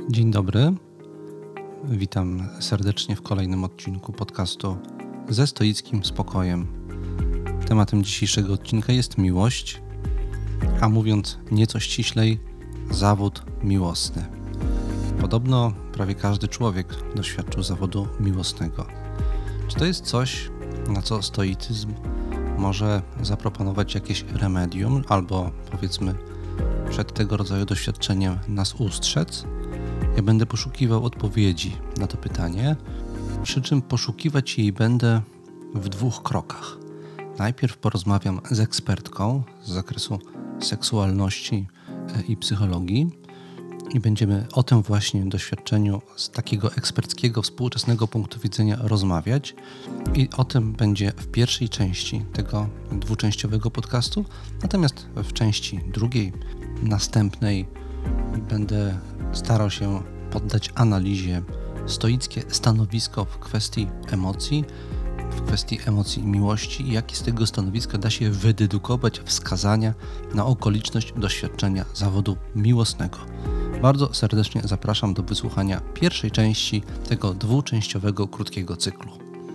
Dzień dobry, witam serdecznie w kolejnym odcinku podcastu Ze stoickim spokojem. Tematem dzisiejszego odcinka jest miłość, a mówiąc nieco ściślej, zawód miłosny. Podobno prawie każdy człowiek doświadczył zawodu miłosnego. Czy to jest coś, na co stoicyzm może zaproponować jakieś remedium, albo powiedzmy przed tego rodzaju doświadczeniem nas ustrzec? Ja będę poszukiwał odpowiedzi na to pytanie, przy czym poszukiwać jej będę w dwóch krokach. Najpierw porozmawiam z ekspertką z zakresu seksualności i psychologii i będziemy o tym właśnie doświadczeniu z takiego eksperckiego, współczesnego punktu widzenia rozmawiać i o tym będzie w pierwszej części tego dwuczęściowego podcastu, natomiast w części drugiej, następnej będę starał się poddać analizie stoickie stanowisko w kwestii emocji miłości i jakie z tego stanowiska da się wydedukować wskazania na okoliczność doświadczenia zawodu miłosnego. Bardzo serdecznie zapraszam do wysłuchania pierwszej części tego dwuczęściowego, krótkiego cyklu.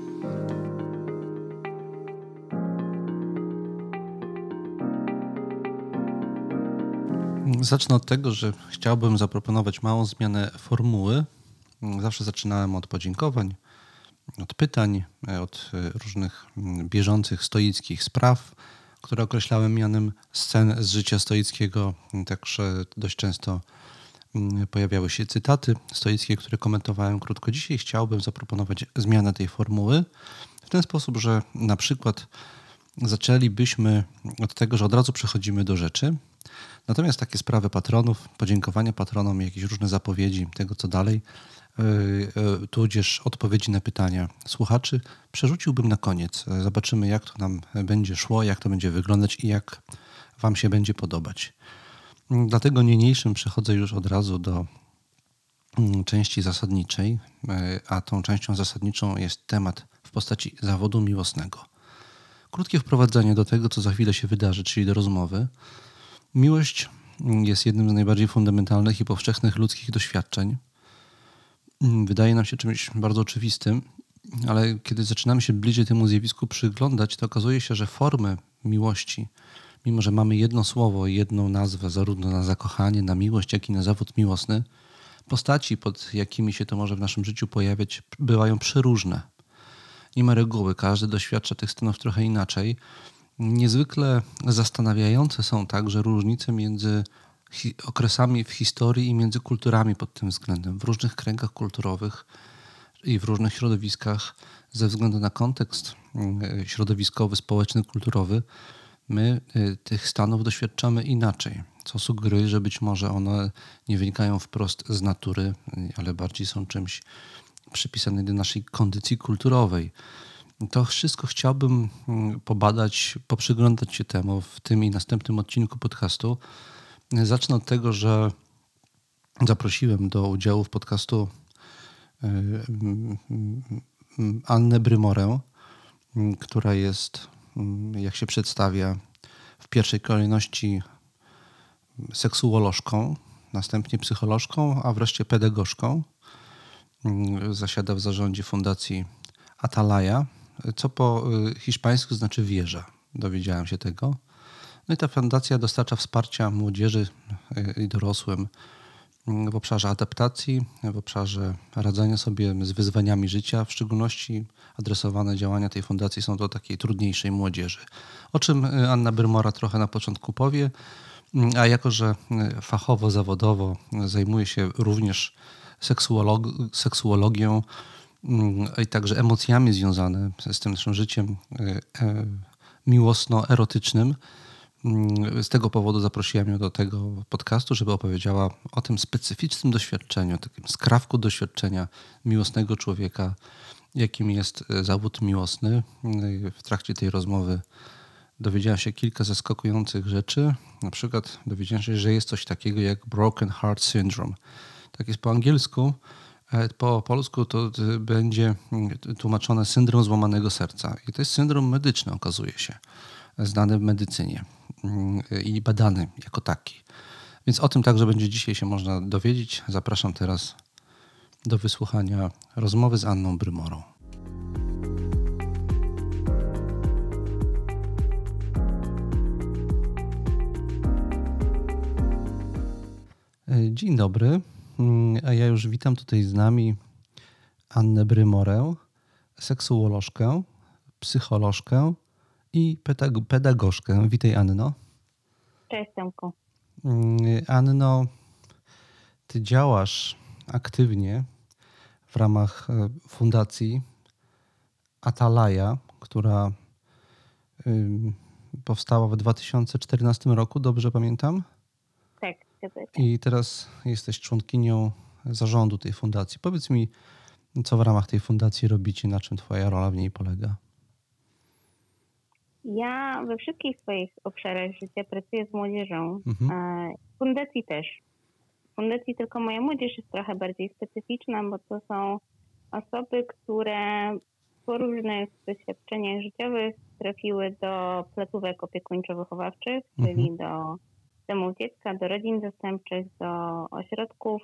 Zacznę od tego, że chciałbym zaproponować małą zmianę formuły. Zawsze zaczynałem od podziękowań, od pytań, od różnych bieżących stoickich spraw, które określałem mianem scen z życia stoickiego. Także dość często pojawiały się cytaty stoickie, które komentowałem krótko. Dzisiaj chciałbym zaproponować zmianę tej formuły w ten sposób, że na przykład zaczęlibyśmy od tego, że od razu przechodzimy do rzeczy. Natomiast takie sprawy patronów, podziękowania patronom, jakieś różne zapowiedzi tego, co dalej, tudzież odpowiedzi na pytania słuchaczy, przerzuciłbym na koniec. Zobaczymy, jak to nam będzie szło, jak to będzie wyglądać i jak Wam się będzie podobać. Dlatego niniejszym przechodzę już od razu do części zasadniczej, a tą częścią zasadniczą jest temat w postaci zawodu miłosnego. Krótkie wprowadzenie do tego, co za chwilę się wydarzy, czyli do rozmowy. Miłość jest jednym z najbardziej fundamentalnych i powszechnych ludzkich doświadczeń. Wydaje nam się czymś bardzo oczywistym, ale kiedy zaczynamy się bliżej temu zjawisku przyglądać, to okazuje się, że formy miłości, mimo że mamy jedno słowo i jedną nazwę zarówno na zakochanie, na miłość, jak i na zawód miłosny, postaci, pod jakimi się to może w naszym życiu pojawiać, bywają przeróżne. Nie ma reguły, każdy doświadcza tych stanów trochę inaczej. Niezwykle zastanawiające są także różnice między okresami w historii i między kulturami pod tym względem. W różnych kręgach kulturowych i w różnych środowiskach ze względu na kontekst środowiskowy, społeczny, kulturowy my tych stanów doświadczamy inaczej, co sugeruje, że być może one nie wynikają wprost z natury, ale bardziej są czymś przypisanym do naszej kondycji kulturowej. To wszystko chciałbym pobadać, poprzyglądać się temu w tym i następnym odcinku podcastu. Zacznę od tego, że zaprosiłem do udziału w podcastu Annę Brymorę, która jest, jak się przedstawia, w pierwszej kolejności seksuolożką, następnie psycholożką, a wreszcie pedagogzką. Zasiada w zarządzie Fundacji Atalaya, co po hiszpańsku znaczy wieża. Dowiedziałem się tego. No i ta fundacja dostarcza wsparcia młodzieży i dorosłym w obszarze adaptacji, w obszarze radzenia sobie z wyzwaniami życia. W szczególności adresowane działania tej fundacji są do takiej trudniejszej młodzieży. O czym Anna Brymora trochę na początku powie, a jako że fachowo, zawodowo zajmuje się również seksuologią i także emocjami związane z tym naszym życiem miłosno-erotycznym. Z tego powodu zaprosiłem ją do tego podcastu, żeby opowiedziała o tym specyficznym doświadczeniu, takim skrawku doświadczenia miłosnego człowieka, jakim jest zawód miłosny. W trakcie tej rozmowy dowiedziałem się kilka zaskakujących rzeczy. Na przykład dowiedziałem się, że jest coś takiego jak Broken Heart Syndrome. Tak jest po angielsku. Po polsku to będzie tłumaczone syndrom złamanego serca. I to jest syndrom medyczny, okazuje się, znany w medycynie i badany jako taki. Więc o tym także będzie dzisiaj się można dowiedzieć. Zapraszam teraz do wysłuchania rozmowy z Anną Brymorą. Dzień dobry, a ja już witam tutaj z nami Annę Brymorę, seksuolożkę, psycholożkę i pedagogzkę. Witaj, Anno. Cześć, Tomku. Anno, ty działasz aktywnie w ramach fundacji Atalaja, która powstała w 2014 roku, dobrze pamiętam? Tak, zgadza się. I teraz jesteś członkinią zarządu tej fundacji. Powiedz mi, co w ramach tej fundacji robicie, na czym twoja rola w niej polega? Ja we wszystkich swoich obszarach życia pracuję z młodzieżą. W fundacji też. W fundacji tylko moja młodzież jest trochę bardziej specyficzna, bo to są osoby, które po różnych doświadczeniach życiowych trafiły do placówek opiekuńczo-wychowawczych, czyli do domów dziecka, do rodzin zastępczych, do ośrodków.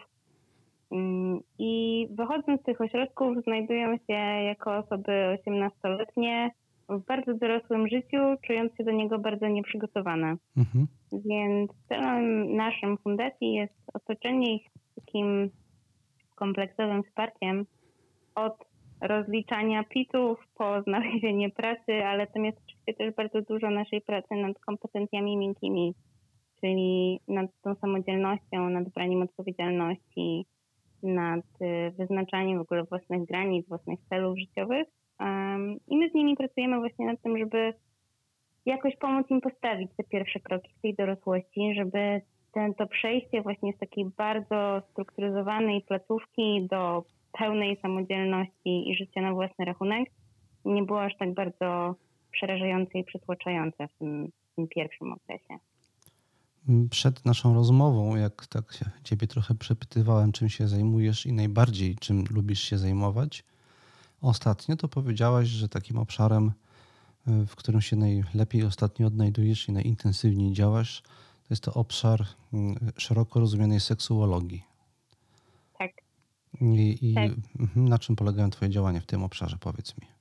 I wychodząc z tych ośrodków znajdują się jako osoby 18-letnie w bardzo dorosłym życiu, czując się do niego bardzo nieprzygotowane. Więc celem naszym fundacji jest otoczenie ich takim kompleksowym wsparciem od rozliczania PIT-ów po znalezienie pracy, ale tam jest oczywiście też bardzo dużo naszej pracy nad kompetencjami miękkimi, czyli nad tą samodzielnością, nad braniem odpowiedzialności, nad wyznaczaniem w ogóle własnych granic, własnych celów życiowych. I my z nimi pracujemy właśnie nad tym, żeby jakoś pomóc im postawić te pierwsze kroki w tej dorosłości, żeby to przejście właśnie z takiej bardzo strukturyzowanej placówki do pełnej samodzielności i życia na własny rachunek nie było aż tak bardzo przerażające i przytłaczające w tym pierwszym okresie. Przed naszą rozmową, jak tak się ciebie trochę przepytywałem, czym się zajmujesz i najbardziej czym lubisz się zajmować ostatnio, to powiedziałaś, że takim obszarem, w którym się najlepiej ostatnio odnajdujesz i najintensywniej działasz, to jest to obszar szeroko rozumianej seksuologii. Tak. Tak. Na czym polegają twoje działania w tym obszarze? Powiedz mi.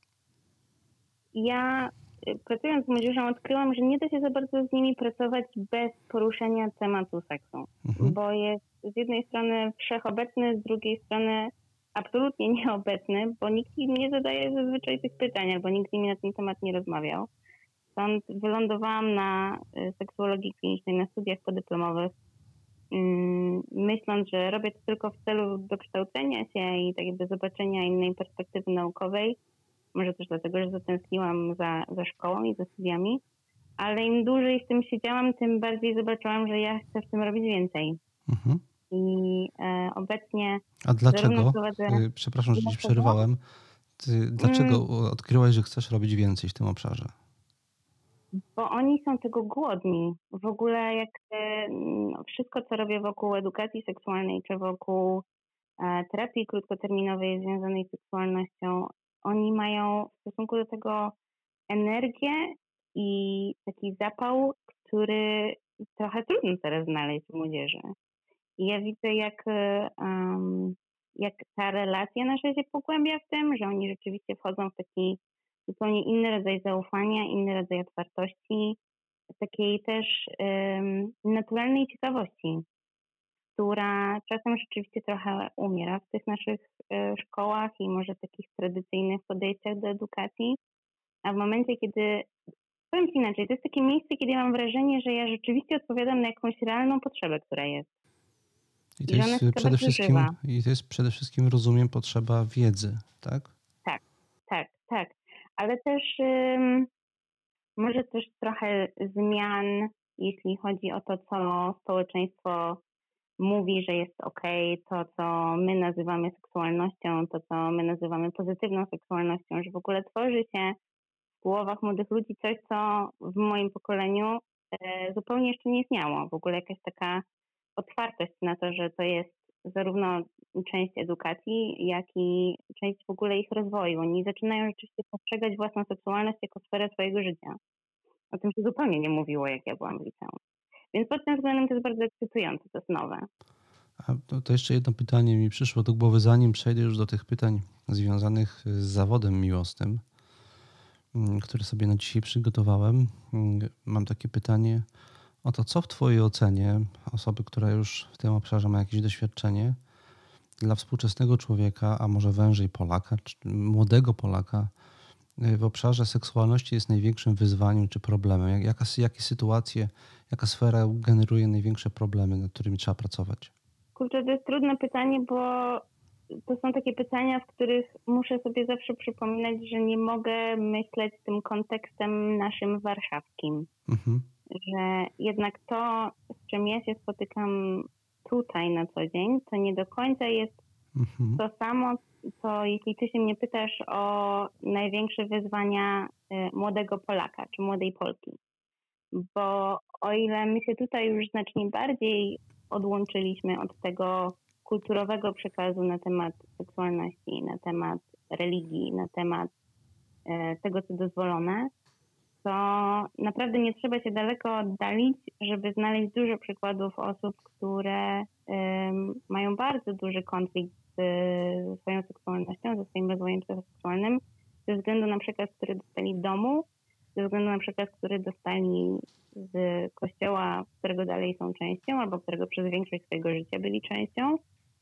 Ja pracując z młodzieżą odkryłam, że nie da się za bardzo z nimi pracować bez poruszenia tematu seksu, bo jest z jednej strony wszechobecny, z drugiej strony absolutnie nieobecny, bo nikt im nie zadaje zazwyczaj tych pytań, albo nikt z nimi na ten temat nie rozmawiał. Stąd wylądowałam na seksuologii klinicznej, na studiach podyplomowych, myśląc, że robię to tylko w celu dokształcenia się i tak jakby zobaczenia innej perspektywy naukowej. Może też dlatego, że zatęskniłam za szkołą i za studiami, ale im dłużej w tym siedziałam, tym bardziej zobaczyłam, że ja chcę w tym robić więcej. I obecnie... A dlaczego? Przepraszam, że ci przerwałem. Dlaczego odkryłaś, że chcesz robić więcej w tym obszarze? Bo oni są tego głodni. W ogóle jak wszystko, co robię wokół edukacji seksualnej, czy wokół terapii krótkoterminowej związanej z seksualnością, oni mają w stosunku do tego energię i taki zapał, który trochę trudno teraz znaleźć w młodzieży. I ja widzę, jak ta relacja nasza się pogłębia w tym, że oni rzeczywiście wchodzą w taki zupełnie inny rodzaj zaufania, inny rodzaj otwartości, takiej też naturalnej ciekawości, która czasem rzeczywiście trochę umiera w tych naszych szkołach i może takich tradycyjnych podejściach do edukacji. A w momencie, kiedy, powiem ci inaczej, to jest takie miejsce, kiedy ja mam wrażenie, że ja rzeczywiście odpowiadam na jakąś realną potrzebę, która jest. I to jest przede wszystkim, rozumiem, potrzeba wiedzy, tak? Tak. Ale też może też trochę zmian, jeśli chodzi o to, co społeczeństwo mówi, że jest okej, to co my nazywamy seksualnością, to co my nazywamy pozytywną seksualnością, że w ogóle tworzy się w głowach młodych ludzi coś, co w moim pokoleniu zupełnie jeszcze nie istniało. W ogóle jakaś taka otwartość na to, że to jest zarówno część edukacji, jak i część w ogóle ich rozwoju. Oni zaczynają rzeczywiście postrzegać własną seksualność jako sferę swojego życia. O tym się zupełnie nie mówiło, jak ja byłam w liceum. Więc pod tym względem to jest bardzo ekscytujące, to jest nowe. A to jeszcze jedno pytanie mi przyszło do głowy, zanim przejdę już do tych pytań związanych z zawodem miłosnym, które sobie na dzisiaj przygotowałem. Mam takie pytanie o to, co w Twojej ocenie osoby, która już w tym obszarze ma jakieś doświadczenie, dla współczesnego człowieka, a może wężej Polaka, czy młodego Polaka, w obszarze seksualności jest największym wyzwaniem czy problemem? Jakie sytuacje, jaka sfera generuje największe problemy, nad którymi trzeba pracować? Kurczę, to jest trudne pytanie, bo to są takie pytania, w których muszę sobie zawsze przypominać, że nie mogę myśleć tym kontekstem naszym warszawskim. Że jednak to, z czym ja się spotykam tutaj na co dzień, to nie do końca jest to samo, co jeśli ty się mnie pytasz o największe wyzwania młodego Polaka czy młodej Polki. Bo o ile my się tutaj już znacznie bardziej odłączyliśmy od tego kulturowego przekazu na temat seksualności, na temat religii, na temat tego, co dozwolone, to naprawdę nie trzeba się daleko oddalić, żeby znaleźć dużo przykładów osób, które mają bardzo duży konflikt ze swoją seksualnością, ze swoim rozwojem seksualnym, ze względu na przekaz, który dostali w domu, ze względu na przekaz, który dostali z kościoła, którego dalej są częścią, albo którego przez większość swojego życia byli częścią,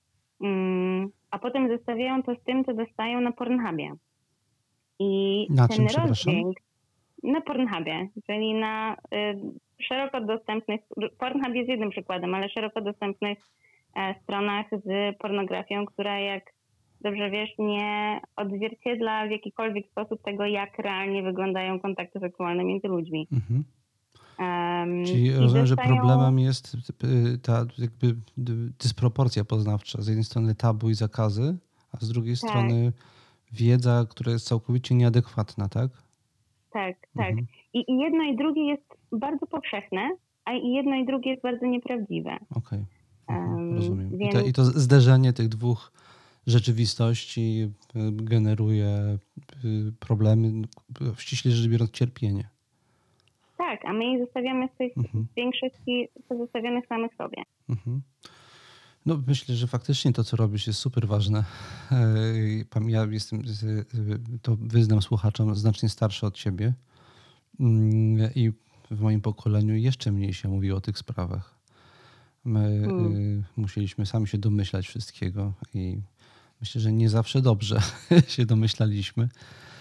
a potem zestawiają to z tym, co dostają na Pornhubie. I na ten czym, przepraszam? rozdźwięk na Pornhubie, czyli na szeroko dostępnych, Pornhub jest jednym przykładem, ale szeroko dostępnych stronach z pornografią, która, jak dobrze wiesz, nie odzwierciedla w jakikolwiek sposób tego, jak realnie wyglądają kontakty seksualne między ludźmi. Czyli rozumiem, że problemem jest ta jakby dysproporcja poznawcza. Z jednej strony tabu i zakazy, a z drugiej strony wiedza, która jest całkowicie nieadekwatna, tak? Tak. I jedno i drugie jest bardzo powszechne, a i jedno i drugie jest bardzo nieprawdziwe. Okej. Rozumiem. I to zderzenie tych dwóch rzeczywistości generuje problemy, ściśle rzecz biorąc cierpienie. Tak, a my ich zostawiamy w tych większości pozostawionych samych sobie. No myślę, że faktycznie to, co robisz, jest super ważne. Ja jestem, to wyznam słuchaczom, znacznie starszy od ciebie i w moim pokoleniu jeszcze mniej się mówi o tych sprawach. My musieliśmy sami się domyślać wszystkiego i myślę, że nie zawsze dobrze się domyślaliśmy.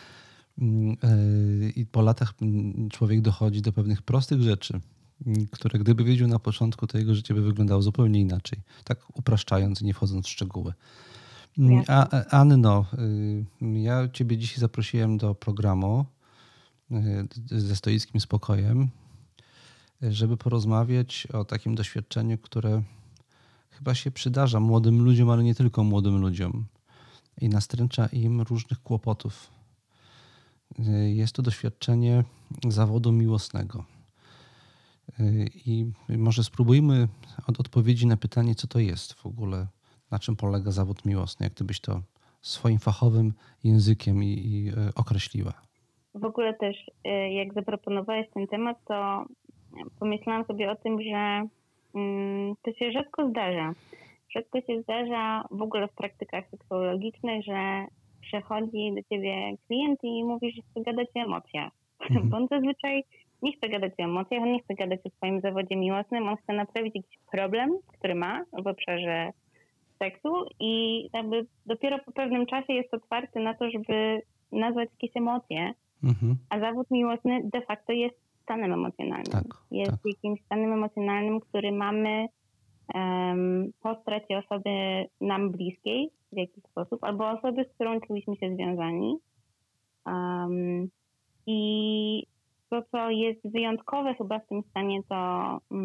I po latach człowiek dochodzi do pewnych prostych rzeczy, które gdyby wiedział na początku, to jego życie by wyglądało zupełnie inaczej. Tak upraszczając, nie wchodząc w szczegóły. Anno, ja ciebie dzisiaj zaprosiłem do programu ze stoickim spokojem, żeby porozmawiać o takim doświadczeniu, które chyba się przydarza młodym ludziom, ale nie tylko młodym ludziom i nastręcza im różnych kłopotów. Jest to doświadczenie zawodu miłosnego. I może spróbujmy od odpowiedzi na pytanie, co to jest w ogóle, na czym polega zawód miłosny, jak ty byś to swoim fachowym językiem i określiła. W ogóle też jak zaproponowałeś ten temat, to pomyślałam sobie o tym, że to się rzadko zdarza. Rzadko się zdarza w ogóle w praktykach seksuologicznych, że przychodzi do ciebie klient i mówi, że chce gadać o emocjach. Bo on zazwyczaj nie chce gadać o emocjach, on nie chce gadać o swoim zawodzie miłosnym, on chce naprawić jakiś problem, który ma w obszarze seksu i jakby dopiero po pewnym czasie jest otwarty na to, żeby nazwać jakieś emocje, a zawód miłosny de facto jest stanem emocjonalnym. Jest jakimś stanem emocjonalnym, który mamy po stracie osoby nam bliskiej w jakiś sposób, albo osoby, z którą czuliśmy się związani. I to, co jest wyjątkowe chyba w tym stanie, to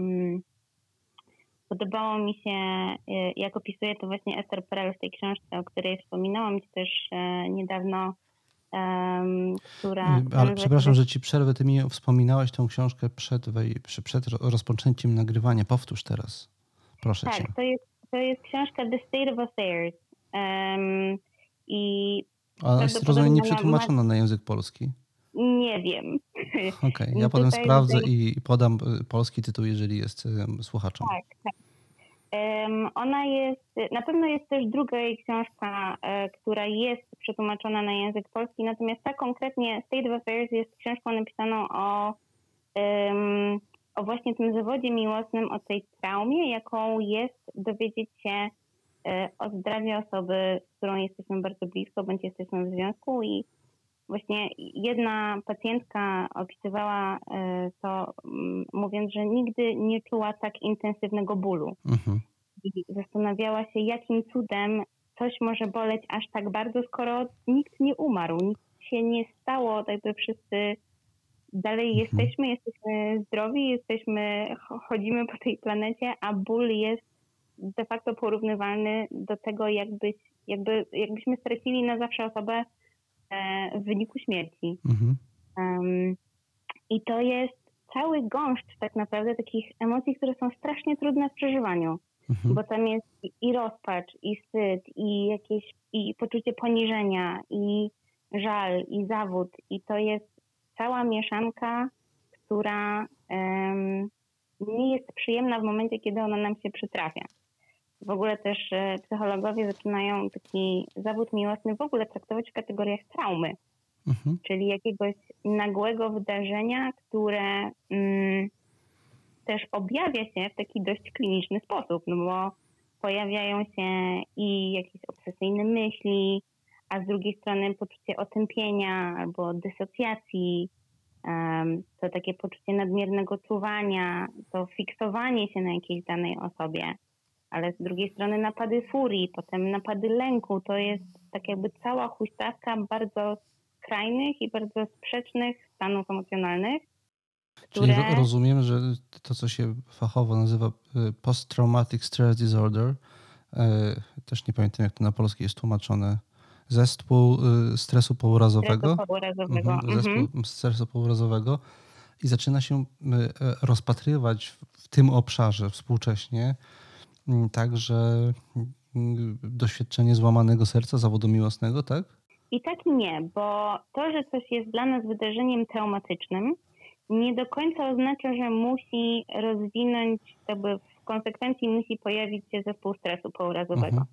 podobało mi się, jak opisuje to właśnie Esther Perel w tej książce, o której wspominałam ci też niedawno, która... Ale przepraszam, że ci przerwę. Ty mi wspominałaś tą książkę przed rozpoczęciem nagrywania. Powtórz teraz. Proszę cię. Tak, to jest książka The State of Affairs. A jest rozumiem nieprzetłumaczona na język polski? Nie wiem. Okej, ja potem sprawdzę i podam polski tytuł, jeżeli jest słuchaczom. Tak. Ona jest, na pewno jest też druga jej książka, która jest przetłumaczona na język polski, natomiast ta konkretnie State of Affairs jest książką napisaną o właśnie tym zawodzie miłosnym, o tej traumie, jaką jest dowiedzieć się o zdradzie osoby, z którą jesteśmy bardzo blisko, bądź jesteśmy w związku. I właśnie jedna pacjentka opisywała to, mówiąc, że nigdy nie czuła tak intensywnego bólu. I zastanawiała się, jakim cudem coś może boleć aż tak bardzo, skoro nikt nie umarł, nic się nie stało, tak by wszyscy dalej jesteśmy zdrowi, chodzimy po tej planecie, a ból jest de facto porównywalny do tego, jakbyśmy stracili na zawsze osobę w wyniku śmierci. I to jest cały gąszcz tak naprawdę takich emocji, które są strasznie trudne w przeżywaniu, bo tam jest i rozpacz, i wstyd, i poczucie poniżenia, i żal, i zawód. I to jest cała mieszanka, która nie jest przyjemna w momencie, kiedy ona nam się przytrafia. W ogóle też psychologowie zaczynają taki zawód miłosny w ogóle traktować w kategoriach traumy, czyli jakiegoś nagłego wydarzenia, które też objawia się w taki dość kliniczny sposób, no bo pojawiają się i jakieś obsesyjne myśli, a z drugiej strony poczucie otępienia albo dysocjacji, to takie poczucie nadmiernego czuwania, to fiksowanie się na jakiejś danej osobie, ale z drugiej strony napady furii, potem napady lęku, to jest tak jakby cała huśtawka bardzo skrajnych i bardzo sprzecznych stanów emocjonalnych. Czyli rozumiem, że to, co się fachowo nazywa Post-Traumatic Stress Disorder, też nie pamiętam, jak to na polski jest tłumaczone, zespół stresu pourazowego. Zespół stresu pourazowego i zaczyna się rozpatrywać w tym obszarze współcześnie także doświadczenie złamanego serca, zawodu miłosnego, tak? I tak i nie, bo to, że coś jest dla nas wydarzeniem traumatycznym, nie do końca oznacza, że musi rozwinąć, jakby w konsekwencji musi pojawić się zespół stresu pourazowego.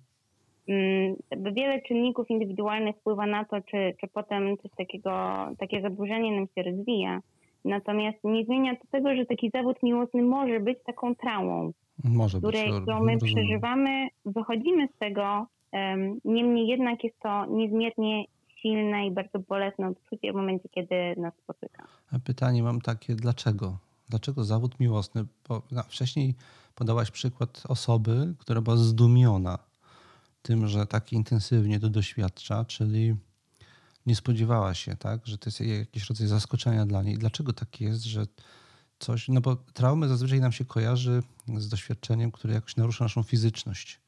Wiele czynników indywidualnych wpływa na to, czy potem coś takie zaburzenie nam się rozwija. Natomiast nie zmienia to tego, że taki zawód miłosny może być taką traumą, którą my przeżywamy, wychodzimy z tego, niemniej jednak jest to niezmiernie silne i bardzo bolesne odczucie w momencie, kiedy nas spotyka. A pytanie mam takie, dlaczego? Dlaczego zawód miłosny? Bo wcześniej podałaś przykład osoby, która była zdumiona tym, że tak intensywnie to doświadcza, czyli nie spodziewała się, tak, że to jest jakiś rodzaj zaskoczenia dla niej. Dlaczego tak jest, że coś, no bo traumy zazwyczaj nam się kojarzy z doświadczeniem, które jakoś narusza naszą fizyczność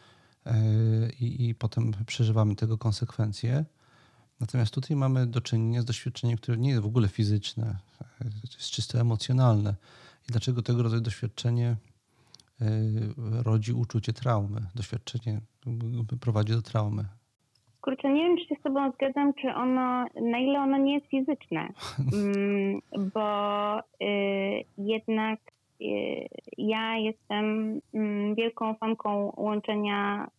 i potem przeżywamy tego konsekwencje. Natomiast tutaj mamy do czynienia z doświadczeniem, które nie jest w ogóle fizyczne, to jest czysto emocjonalne. I dlaczego tego rodzaju doświadczenie rodzi uczucie traumy, doświadczenie prowadzi do traumy? Kurczę, nie wiem, czy się z tobą zgadzam, na ile ono nie jest fizyczne, bo jednak ja jestem wielką fanką łączenia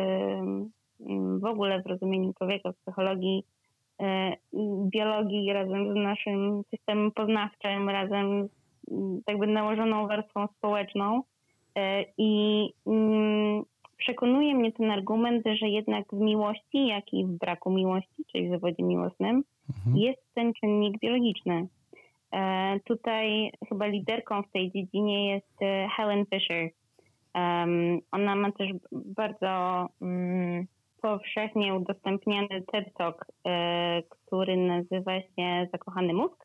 w ogóle w rozumieniu człowieka, w psychologii, biologii razem z naszym systemem poznawczym, razem z jakby nałożoną warstwą społeczną i przekonuje mnie ten argument, że jednak w miłości, jak i w braku miłości, czyli w zawodzie miłosnym, jest ten czynnik biologiczny. Tutaj chyba liderką w tej dziedzinie jest Helen Fisher. Ona ma też bardzo powszechnie udostępniany TED Talk, który nazywa się Zakochany mózg.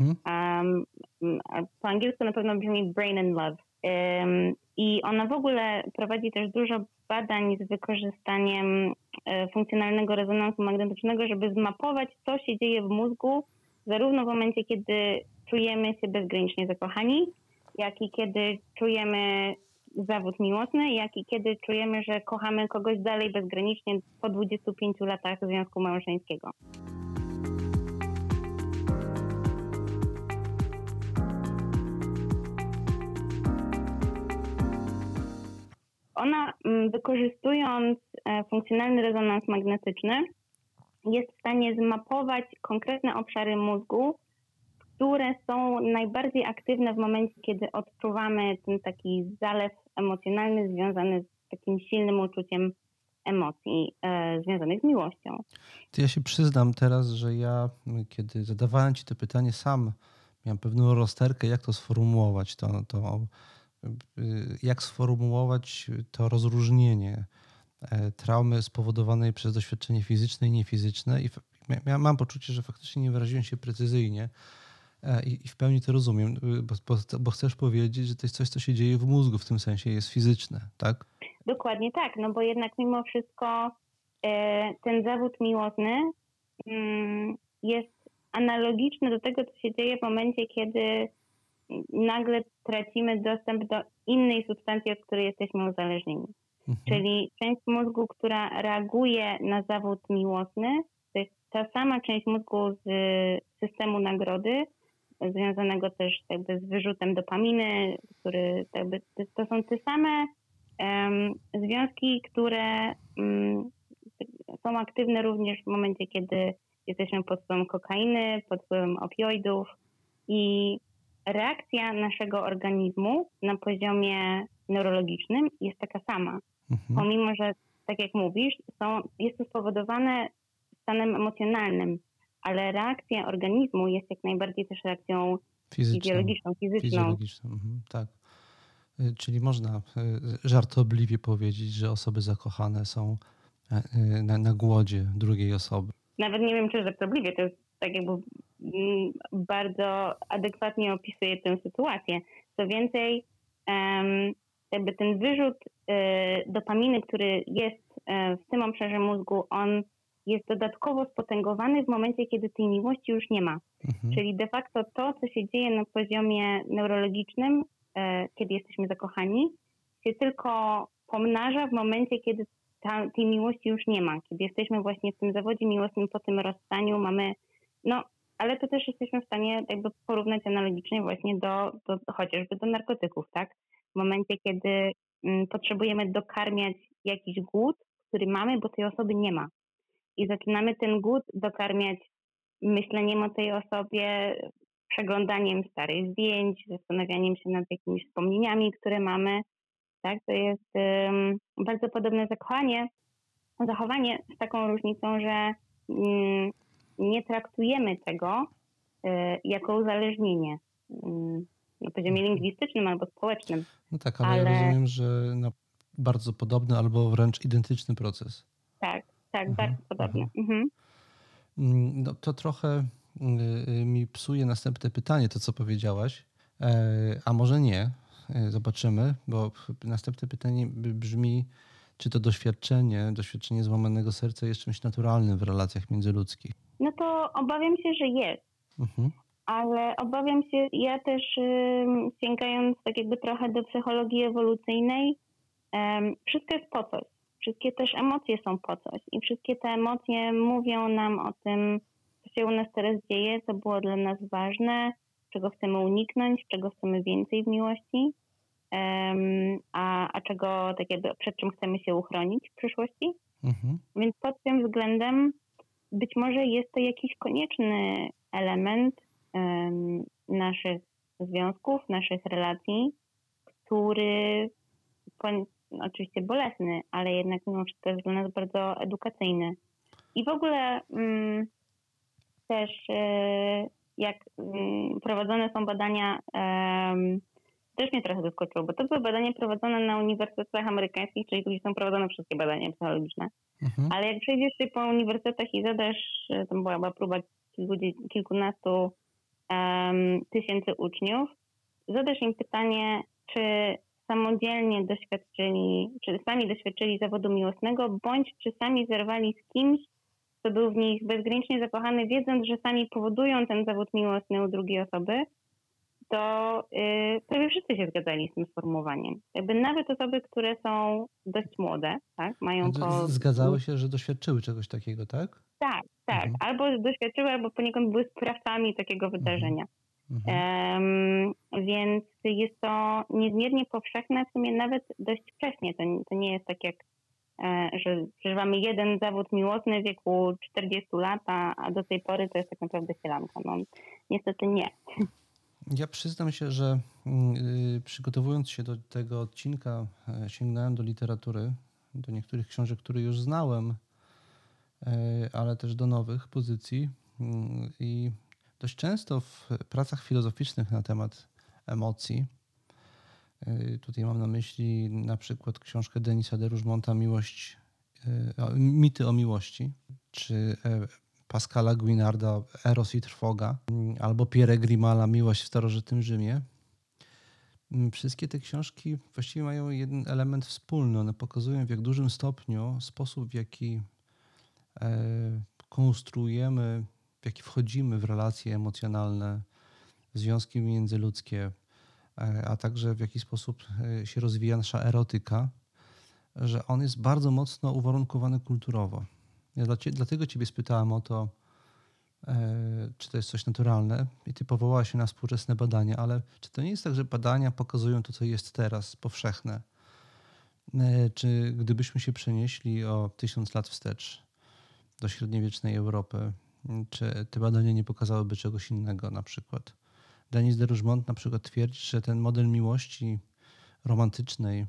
Po angielsku na pewno brzmi Brain and Love. I ona w ogóle prowadzi też dużo badań z wykorzystaniem funkcjonalnego rezonansu magnetycznego, żeby zmapować, co się dzieje w mózgu, zarówno w momencie, kiedy czujemy się bezgranicznie zakochani, jak i kiedy czujemy zawód miłosny, jak i kiedy czujemy, że kochamy kogoś dalej bezgranicznie po 25 latach związku małżeńskiego. Ona, wykorzystując funkcjonalny rezonans magnetyczny, jest w stanie zmapować konkretne obszary mózgu, które są najbardziej aktywne w momencie, kiedy odczuwamy ten taki zalew emocjonalny związany z takim silnym uczuciem emocji związanych z miłością. To ja się przyznam teraz, że ja, kiedy zadawałem ci to pytanie, sam miałem pewną rozterkę, jak to sformułować, jak sformułować to rozróżnienie traumy spowodowanej przez doświadczenie fizyczne i niefizyczne. I mam poczucie, że faktycznie nie wyraziłem się precyzyjnie i w pełni to rozumiem, bo chcesz powiedzieć, że to jest coś, co się dzieje w mózgu, w tym sensie jest fizyczne, tak? Dokładnie tak, no bo jednak mimo wszystko ten zawód miłosny jest analogiczny do tego, co się dzieje w momencie, kiedy nagle tracimy dostęp do innej substancji, od której jesteśmy uzależnieni. Czyli część mózgu, która reaguje na zawód miłosny, to jest ta sama część mózgu z systemu nagrody, związanego też jakby z wyrzutem dopaminy, który jakby, to są te same związki, które są aktywne również w momencie, kiedy jesteśmy pod wpływem kokainy, pod wpływem opioidów i reakcja naszego organizmu na poziomie neurologicznym jest taka sama. Pomimo, że tak jak mówisz, jest to spowodowane stanem emocjonalnym, ale reakcja organizmu jest jak najbardziej też reakcją fizjologiczną, fizyczną. Tak. Czyli można żartobliwie powiedzieć, że osoby zakochane są na głodzie drugiej osoby. Nawet nie wiem, czy żartobliwie, to jest tak jakby bardzo adekwatnie opisuje tę sytuację. Co więcej, jakby ten wyrzut dopaminy, który jest w tym obszarze mózgu, on jest dodatkowo spotęgowany w momencie, kiedy tej miłości już nie ma. Czyli de facto to, co się dzieje na poziomie neurologicznym, kiedy jesteśmy zakochani, się tylko pomnaża w momencie, kiedy tej miłości już nie ma. Kiedy jesteśmy właśnie w tym zawodzie miłosnym, po tym rozstaniu mamy, ale to też jesteśmy w stanie jakby porównać analogicznie właśnie chociażby do narkotyków, tak? W momencie, kiedy potrzebujemy dokarmiać jakiś głód, który mamy, bo tej osoby nie ma. I zaczynamy ten głód dokarmiać myśleniem o tej osobie, przeglądaniem starych zdjęć, zastanawianiem się nad jakimiś wspomnieniami, które mamy. Tak? To jest bardzo podobne zachowanie z taką różnicą, że nie traktujemy tego jako uzależnienie na poziomie lingwistycznym albo społecznym. No tak, ale ja rozumiem, że bardzo podobny albo wręcz identyczny proces. Tak, bardzo podobny. No to trochę mi psuje następne pytanie, to co powiedziałaś, a może nie, zobaczymy, bo następne pytanie brzmi, czy to doświadczenie złamanego serca jest czymś naturalnym w relacjach międzyludzkich? No to obawiam się, że jest. Ale obawiam się, ja też sięgając tak jakby trochę do psychologii ewolucyjnej, wszystko jest po coś. Wszystkie też emocje są po coś i wszystkie te emocje mówią nam o tym, co się u nas teraz dzieje, co było dla nas ważne, czego chcemy uniknąć, czego chcemy więcej w miłości, a czego tak jakby przed czym chcemy się uchronić w przyszłości. Więc pod tym względem być może jest to jakiś konieczny element naszych związków, naszych relacji, który oczywiście bolesny, ale jednak mimo wszystko jest dla nas bardzo edukacyjny. I w ogóle też jak prowadzone są badania, też mnie trochę zaskoczyło, bo to były badania prowadzone na uniwersytetach amerykańskich, czyli tu są prowadzone wszystkie badania psychologiczne. Ale jak przejdziesz się po uniwersytetach i zadasz, to była próba kilkunastu tysięcy uczniów, zadasz im pytanie, czy samodzielnie sami doświadczyli zawodu miłosnego, bądź czy sami zerwali z kimś, kto był w nich bezgranicznie zakochany, wiedząc, że sami powodują ten zawód miłosny u drugiej osoby, to prawie wszyscy się zgadzali z tym sformułowaniem. Jakby nawet osoby, które są dość młode, tak, mają Zgadzały się, że doświadczyły czegoś takiego, tak? Tak. Albo doświadczyły, albo poniekąd były sprawcami takiego wydarzenia. Więc jest to niezmiernie powszechne, w sumie nawet dość wcześnie. To nie jest tak jak, że przeżywamy jeden zawód miłosny w wieku 40 lat, a do tej pory to jest tak naprawdę sielanka. No, niestety nie. Ja przyznam się, że przygotowując się do tego odcinka, sięgnąłem do literatury, do niektórych książek, które już znałem, ale też do nowych pozycji. I dość często w pracach filozoficznych na temat emocji, tutaj mam na myśli na przykład książkę Denisa de Rougemonta Mity o miłości, czy Pascala Guinarda Eros i trwoga, albo Pierre Grimala Miłość w starożytnym Rzymie. Wszystkie te książki właściwie mają jeden element wspólny. One pokazują, w jak dużym stopniu sposób, w jaki konstruujemy, w jaki wchodzimy w relacje emocjonalne, w związki międzyludzkie, a także w jaki sposób się rozwija nasza erotyka, że on jest bardzo mocno uwarunkowany kulturowo. Ja dlatego Ciebie spytałem o to, czy to jest coś naturalne i Ty powołałaś się na współczesne badania, ale czy to nie jest tak, że badania pokazują to, co jest teraz, powszechne? Czy gdybyśmy się przenieśli o 1000 lat wstecz do średniowiecznej Europy, czy te badania nie pokazałyby czegoś innego na przykład? Denis de Rougemont na przykład twierdzi, że ten model miłości romantycznej,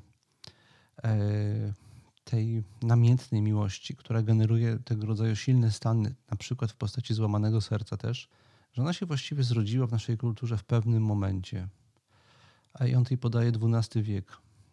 tej namiętnej miłości, która generuje tego rodzaju silne stany, na przykład w postaci złamanego serca też, że ona się właściwie zrodziła w naszej kulturze w pewnym momencie. A i on tutaj podaje XII wiek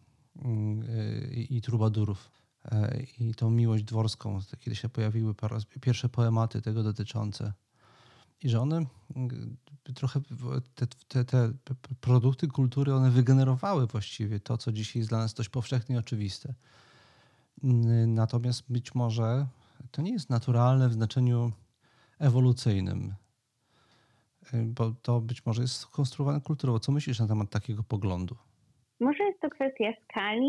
i trubadurów i tą miłość dworską, kiedy się pojawiły pierwsze poematy tego dotyczące. I że one trochę, te produkty kultury, one wygenerowały właściwie to, co dzisiaj jest dla nas dość powszechne i oczywiste. Natomiast być może to nie jest naturalne w znaczeniu ewolucyjnym, bo to być może jest skonstruowane kulturowo. Co myślisz na temat takiego poglądu? Może jest to kwestia skali,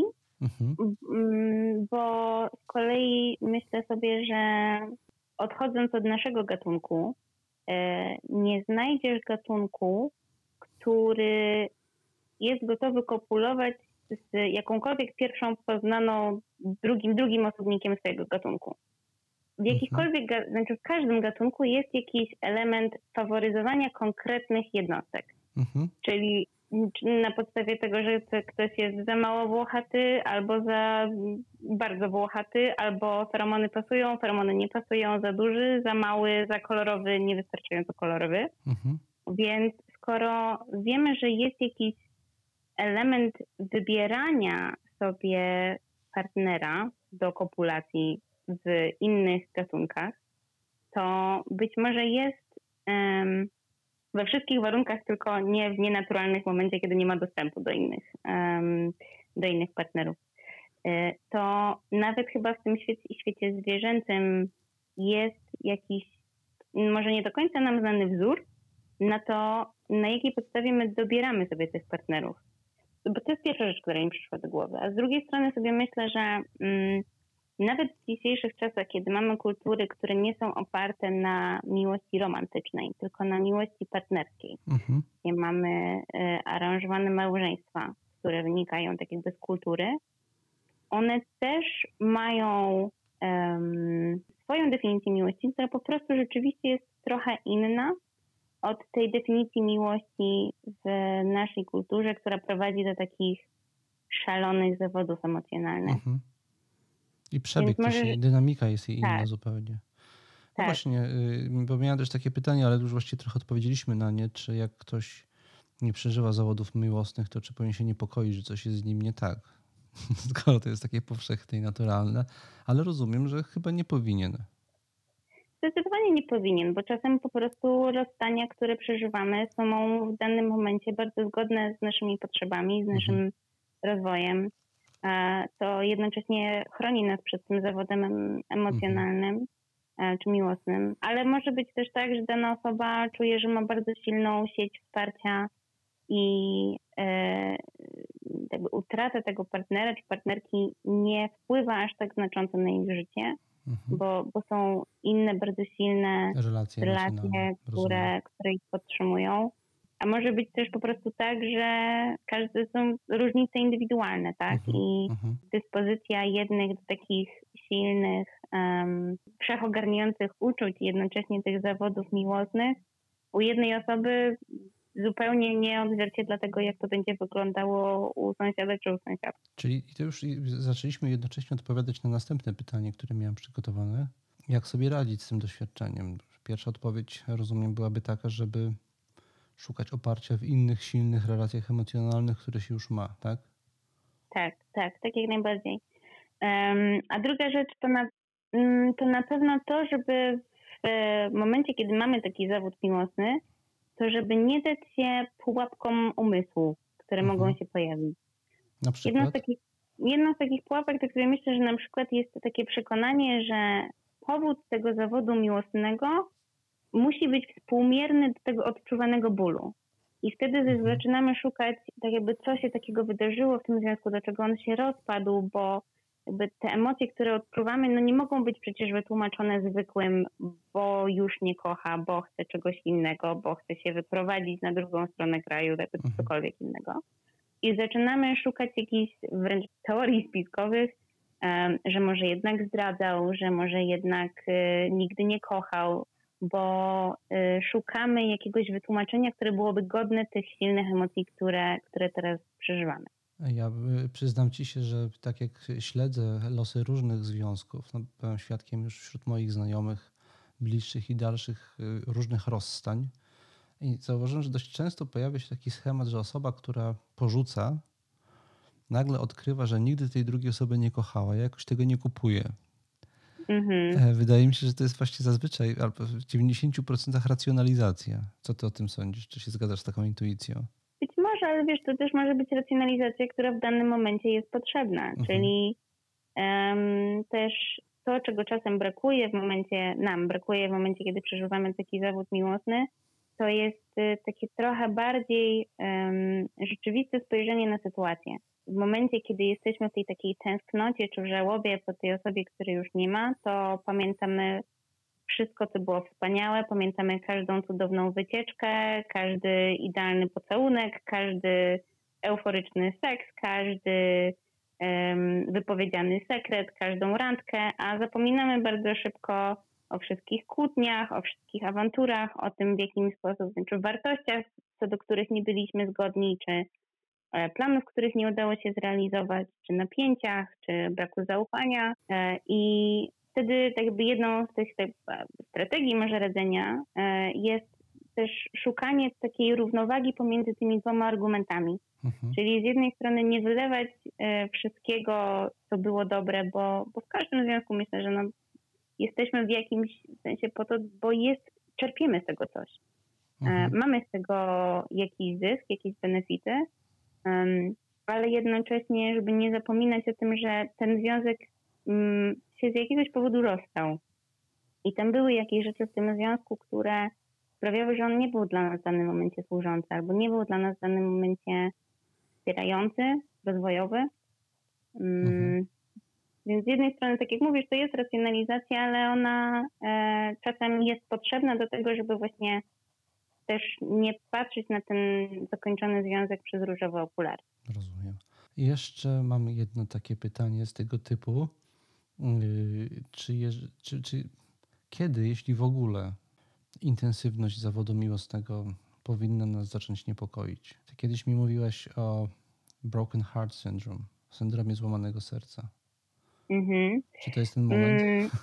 bo z kolei myślę sobie, że odchodząc od naszego gatunku, nie znajdziesz gatunku, który jest gotowy kopulować z jakąkolwiek pierwszą poznaną drugim osobnikiem swojego gatunku. W każdym gatunku jest jakiś element faworyzowania konkretnych jednostek. Czyli na podstawie tego, że ktoś jest za mało włochaty, albo za bardzo włochaty, albo feromony pasują, feromony nie pasują, za duży, za mały, za kolorowy, niewystarczająco kolorowy. Więc skoro wiemy, że jest jakiś element wybierania sobie partnera do kopulacji w innych gatunkach, to być może jest we wszystkich warunkach, tylko nie w nienaturalnych momencie, kiedy nie ma dostępu do innych partnerów. To nawet chyba w tym świecie zwierzęcym jest jakiś, może nie do końca nam znany wzór na to, na jakiej podstawie my dobieramy sobie tych partnerów. Bo to jest pierwsza rzecz, która mi przyszła do głowy. A z drugiej strony sobie myślę, że nawet w dzisiejszych czasach, kiedy mamy kultury, które nie są oparte na miłości romantycznej, tylko na miłości partnerskiej, gdzie mamy aranżowane małżeństwa, które wynikają tak jakby z kultury, one też mają swoją definicję miłości, która po prostu rzeczywiście jest trochę inna od tej definicji miłości w naszej kulturze, która prowadzi do takich szalonych zawodów emocjonalnych. I przebieg też, dynamika jest inna zupełnie. No tak. Właśnie, bo miałem też takie pytanie, ale już właściwie trochę odpowiedzieliśmy na nie, czy jak ktoś nie przeżywa zawodów miłosnych, to czy powinien się niepokoić, że coś jest z nim nie tak, skoro to jest takie powszechne i naturalne, ale rozumiem, że chyba nie powinien. Zdecydowanie nie powinien, bo czasem po prostu rozstania, które przeżywamy, są w danym momencie bardzo zgodne z naszymi potrzebami, z naszym rozwojem. To jednocześnie chroni nas przed tym zawodem emocjonalnym czy miłosnym, ale może być też tak, że dana osoba czuje, że ma bardzo silną sieć wsparcia i jakby utrata tego partnera czy partnerki nie wpływa aż tak znacząco na ich życie, bo są inne bardzo silne relacje które ich podtrzymują. A może być też po prostu tak, że każdy są różnice indywidualne, tak? I dyspozycja jednych do takich silnych, wszechogarniających uczuć i jednocześnie tych zawodów miłosnych u jednej osoby zupełnie nie odzwierciedla tego, jak to będzie wyglądało u sąsiada czy u sąsiada. Czyli to już zaczęliśmy jednocześnie odpowiadać na następne pytanie, które miałem przygotowane. Jak sobie radzić z tym doświadczeniem? Pierwsza odpowiedź, rozumiem, byłaby taka, żeby szukać oparcia w innych silnych relacjach emocjonalnych, które się już ma, tak? Tak jak najbardziej. A druga rzecz to na pewno to, żeby w momencie, kiedy mamy taki zawód miłosny, to żeby nie dać się pułapkom umysłu, które mogą się pojawić. Na przykład? Jedną z takich pułapek, do której myślę, że na przykład jest to takie przekonanie, że powód tego zawodu miłosnego musi być współmierny do tego odczuwanego bólu. I wtedy zaczynamy szukać, tak jakby co się takiego wydarzyło w tym związku, dlaczego on się rozpadł, bo jakby te emocje, które odczuwamy, no nie mogą być przecież wytłumaczone zwykłym, bo już nie kocha, bo chce czegoś innego, bo chce się wyprowadzić na drugą stronę kraju, jakby cokolwiek innego. I zaczynamy szukać jakichś wręcz teorii spiskowych, że może jednak zdradzał, że może jednak nigdy nie kochał, bo szukamy jakiegoś wytłumaczenia, które byłoby godne tych silnych emocji, które teraz przeżywamy. Ja przyznam ci się, że tak jak śledzę losy różnych związków, no byłem świadkiem już wśród moich znajomych, bliższych i dalszych różnych rozstań i zauważyłem, że dość często pojawia się taki schemat, że osoba, która porzuca, nagle odkrywa, że nigdy tej drugiej osoby nie kochała. Ja jakoś tego nie kupuję. Wydaje mi się, że to jest właśnie zazwyczaj albo w 90% racjonalizacja. Co ty o tym sądzisz? Czy się zgadzasz z taką intuicją? Być może, ale wiesz, to też może być racjonalizacja, która w danym momencie jest potrzebna. Czyli też to, czego czasem brakuje nam brakuje w momencie, kiedy przeżywamy taki zawód miłosny, to jest takie trochę bardziej rzeczywiste spojrzenie na sytuację. W momencie, kiedy jesteśmy w tej takiej tęsknocie czy w żałobie po tej osobie, której już nie ma, to pamiętamy wszystko, co było wspaniałe, pamiętamy każdą cudowną wycieczkę, każdy idealny pocałunek, każdy euforyczny seks, każdy wypowiedziany sekret, każdą randkę, a zapominamy bardzo szybko o wszystkich kłótniach, o wszystkich awanturach, o tym, w jaki sposób, czy wartościach, co do których nie byliśmy zgodni, czy planów, których nie udało się zrealizować, czy napięciach, czy braku zaufania. I wtedy tak jakby jedną z tych strategii może radzenia jest też szukanie takiej równowagi pomiędzy tymi dwoma argumentami. Czyli z jednej strony nie wylewać wszystkiego, co było dobre, bo w każdym związku myślę, że jesteśmy w jakimś sensie po to, bo czerpiemy z tego coś. Mamy z tego jakiś zysk, jakieś benefity, ale jednocześnie, żeby nie zapominać o tym, że ten związek się z jakiegoś powodu rozstał. I tam były jakieś rzeczy w tym związku, które sprawiały, że on nie był dla nas w danym momencie służący, albo nie był dla nas w danym momencie wspierający, rozwojowy. Więc z jednej strony, tak jak mówisz, to jest racjonalizacja, ale ona czasem jest potrzebna do tego, żeby właśnie też nie patrzeć na ten zakończony związek przez różowe okulary. Rozumiem. I jeszcze mam jedno takie pytanie z tego typu. Kiedy, jeśli w ogóle, intensywność zawodu miłosnego powinna nas zacząć niepokoić? Ty kiedyś mi mówiłaś o Broken Heart Syndrome, syndromie złamanego serca. Czy to jest ten moment?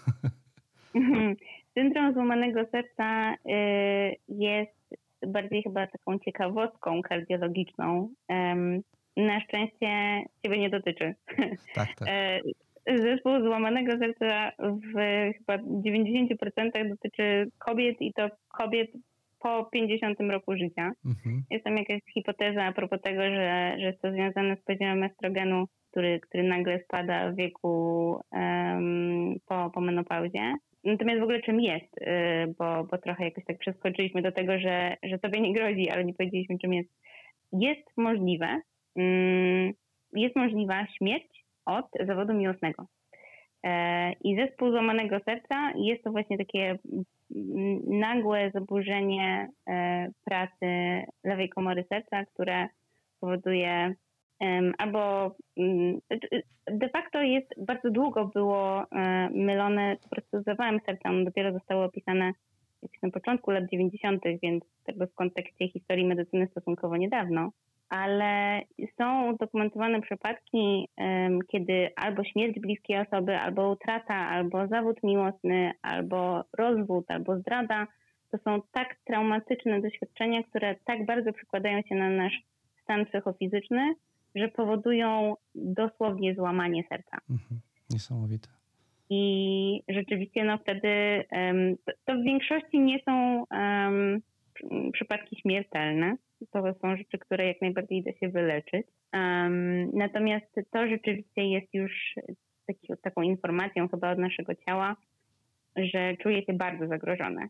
Syndrom złamanego serca jest bardziej chyba taką ciekawostką kardiologiczną. Na szczęście ciebie nie dotyczy. Tak. Zespół złamanego serca w chyba 90% dotyczy kobiet i to kobiet po 50 roku życia. Jest tam jakaś hipoteza a propos tego, że jest to związane z poziomem estrogenu, który nagle spada w wieku po menopauzie. Natomiast w ogóle czym jest, bo trochę jakoś tak przeskoczyliśmy do tego, że tobie nie grozi, ale nie powiedzieliśmy czym jest. Jest możliwa śmierć od zawodu miłosnego. I zespół złamanego serca jest to właśnie takie nagłe zaburzenie pracy lewej komory serca, które powoduje albo de facto bardzo długo było mylone po prostu z zawałem serca. One dopiero zostały opisane na początku lat 90., więc jakby w kontekście historii medycyny stosunkowo niedawno. Ale są udokumentowane przypadki, kiedy albo śmierć bliskiej osoby, albo utrata, albo zawód miłosny, albo rozwód, albo zdrada, to są tak traumatyczne doświadczenia, które tak bardzo przekładają się na nasz stan psychofizyczny, że powodują dosłownie złamanie serca. Niesamowite. I rzeczywiście wtedy to w większości nie są przypadki śmiertelne. To są rzeczy, które jak najbardziej da się wyleczyć. Natomiast to rzeczywiście jest już taką informacją chyba od naszego ciała, że czuje się bardzo zagrożone.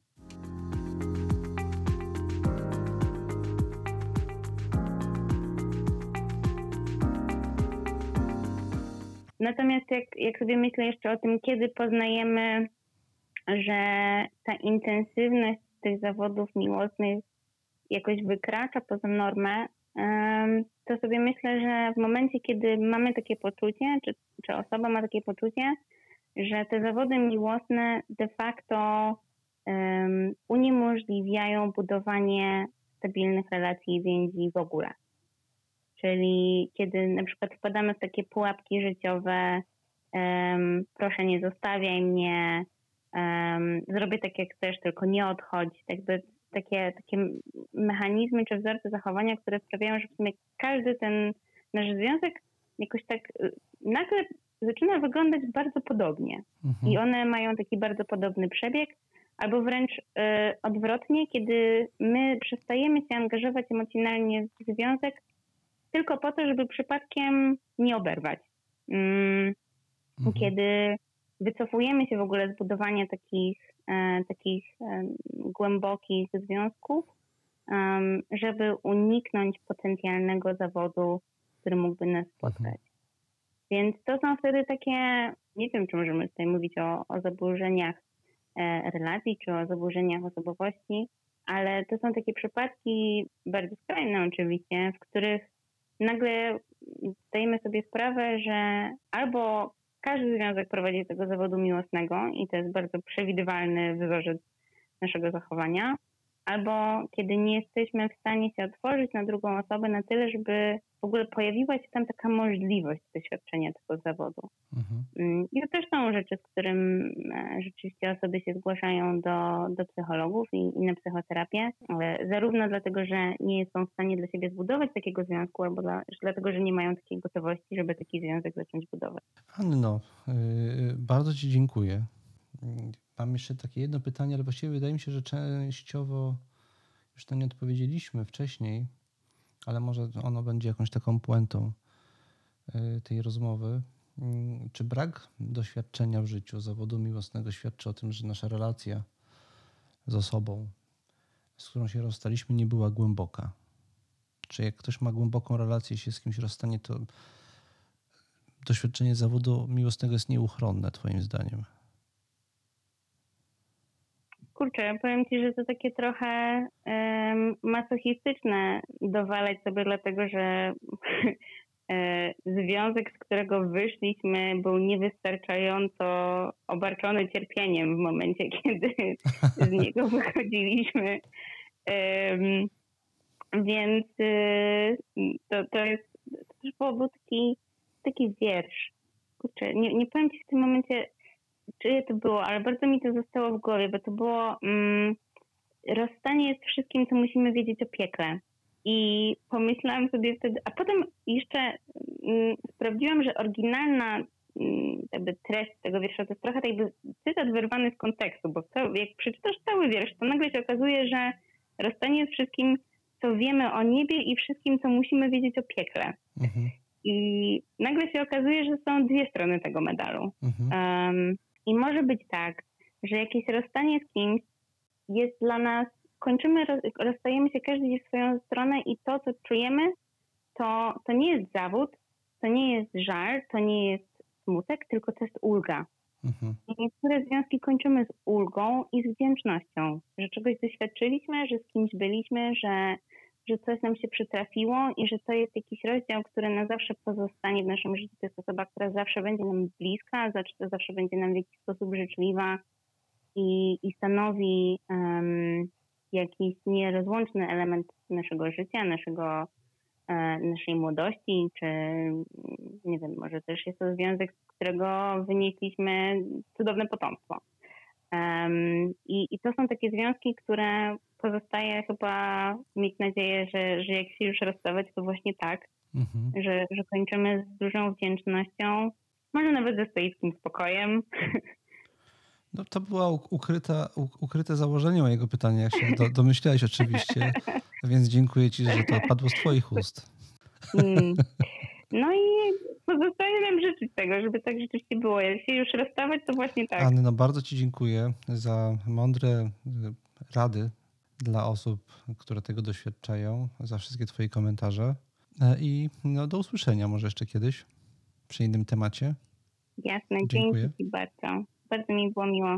Natomiast jak sobie myślę jeszcze o tym, kiedy poznajemy, że ta intensywność tych zawodów miłosnych jakoś wykracza poza normę, to sobie myślę, że w momencie, kiedy mamy takie poczucie, czy osoba ma takie poczucie, że te zawody miłosne de facto uniemożliwiają budowanie stabilnych relacji i więzi w ogóle. Czyli kiedy na przykład wpadamy w takie pułapki życiowe, proszę nie zostawiaj mnie, zrobię tak jak chcesz, tylko nie odchodź. Jakby takie mechanizmy czy wzorce zachowania, które sprawiają, że w sumie każdy ten nasz związek jakoś tak nagle zaczyna wyglądać bardzo podobnie. I one mają taki bardzo podobny przebieg, albo wręcz odwrotnie, kiedy my przestajemy się angażować emocjonalnie w związek tylko po to, żeby przypadkiem nie oberwać. Kiedy wycofujemy się w ogóle z budowania takich głębokich związków, żeby uniknąć potencjalnego zawodu, który mógłby nas spotkać. Więc to są wtedy takie, nie wiem, czy możemy tutaj mówić o zaburzeniach relacji, czy o zaburzeniach osobowości, ale to są takie przypadki bardzo skrajne oczywiście, w których nagle zdajemy sobie sprawę, że albo każdy związek prowadzi do tego zawodu miłosnego i to jest bardzo przewidywalny wzorzec naszego zachowania, albo kiedy nie jesteśmy w stanie się otworzyć na drugą osobę na tyle, żeby w ogóle pojawiła się tam taka możliwość doświadczenia tego zawodu. I to też są rzeczy, z którym rzeczywiście osoby się zgłaszają do psychologów i na psychoterapię, zarówno dlatego, że nie są w stanie dla siebie zbudować takiego związku, albo dlatego, że nie mają takiej gotowości, żeby taki związek zacząć budować. Anno, bardzo Ci dziękuję. Mam jeszcze takie jedno pytanie, ale właściwie wydaje mi się, że częściowo już na nie odpowiedzieliśmy wcześniej, ale może ono będzie jakąś taką puentą tej rozmowy. Czy brak doświadczenia w życiu zawodu miłosnego świadczy o tym, że nasza relacja z osobą, z którą się rozstaliśmy, nie była głęboka? Czy jak ktoś ma głęboką relację i się z kimś rozstanie, to doświadczenie zawodu miłosnego jest nieuchronne, Twoim zdaniem? Kurczę, powiem Ci, że to takie trochę masochistyczne dowalać sobie, dlatego że związek, z którego wyszliśmy, był niewystarczająco obarczony cierpieniem w momencie, kiedy z niego wychodziliśmy. Więc to jest był taki wiersz. Kurczę, nie powiem Ci w tym momencie, czyje to było, ale bardzo mi to zostało w głowie, bo to było rozstanie jest wszystkim, co musimy wiedzieć o piekle. I pomyślałam sobie wtedy, a potem jeszcze sprawdziłam, że oryginalna jakby treść tego wiersza to jest trochę jakby cytat wyrwany z kontekstu, bo jak przeczytasz cały wiersz, to nagle się okazuje, że rozstanie jest wszystkim, co wiemy o niebie i wszystkim, co musimy wiedzieć o piekle. I nagle się okazuje, że są dwie strony tego medalu. I może być tak, że jakieś rozstanie z kimś jest dla nas, rozstajemy się każdy w swoją stronę i to, co czujemy, to nie jest zawód, to nie jest żal, to nie jest smutek, tylko to jest ulga. I niektóre związki kończymy z ulgą i z wdzięcznością, że czegoś doświadczyliśmy, że z kimś byliśmy, że coś nam się przytrafiło i że to jest jakiś rozdział, który na zawsze pozostanie w naszym życiu. To jest osoba, która zawsze będzie nam bliska, zawsze będzie nam w jakiś sposób życzliwa i stanowi jakiś nierozłączny element naszego życia, naszej młodości, czy nie wiem, może też jest to związek, z którego wynieśliśmy cudowne potomstwo. I to są takie związki, które pozostaje chyba mieć nadzieję, że jak się już rozstawać, to właśnie tak, że kończymy z dużą wdzięcznością, może nawet ze stoickim spokojem. No to było ukryte założenie mojego pytania, jak się domyślałeś oczywiście, więc dziękuję Ci, że to padło z Twoich ust. No i pozostaje nam życzyć tego, żeby tak rzeczywiście było. Jak się już rozstawać, to właśnie tak. Anno, bardzo Ci dziękuję za mądre rady dla osób, które tego doświadczają, za wszystkie Twoje komentarze i do usłyszenia może jeszcze kiedyś przy innym temacie. Jasne, dziękuję Ci bardzo. Bardzo mi było miło.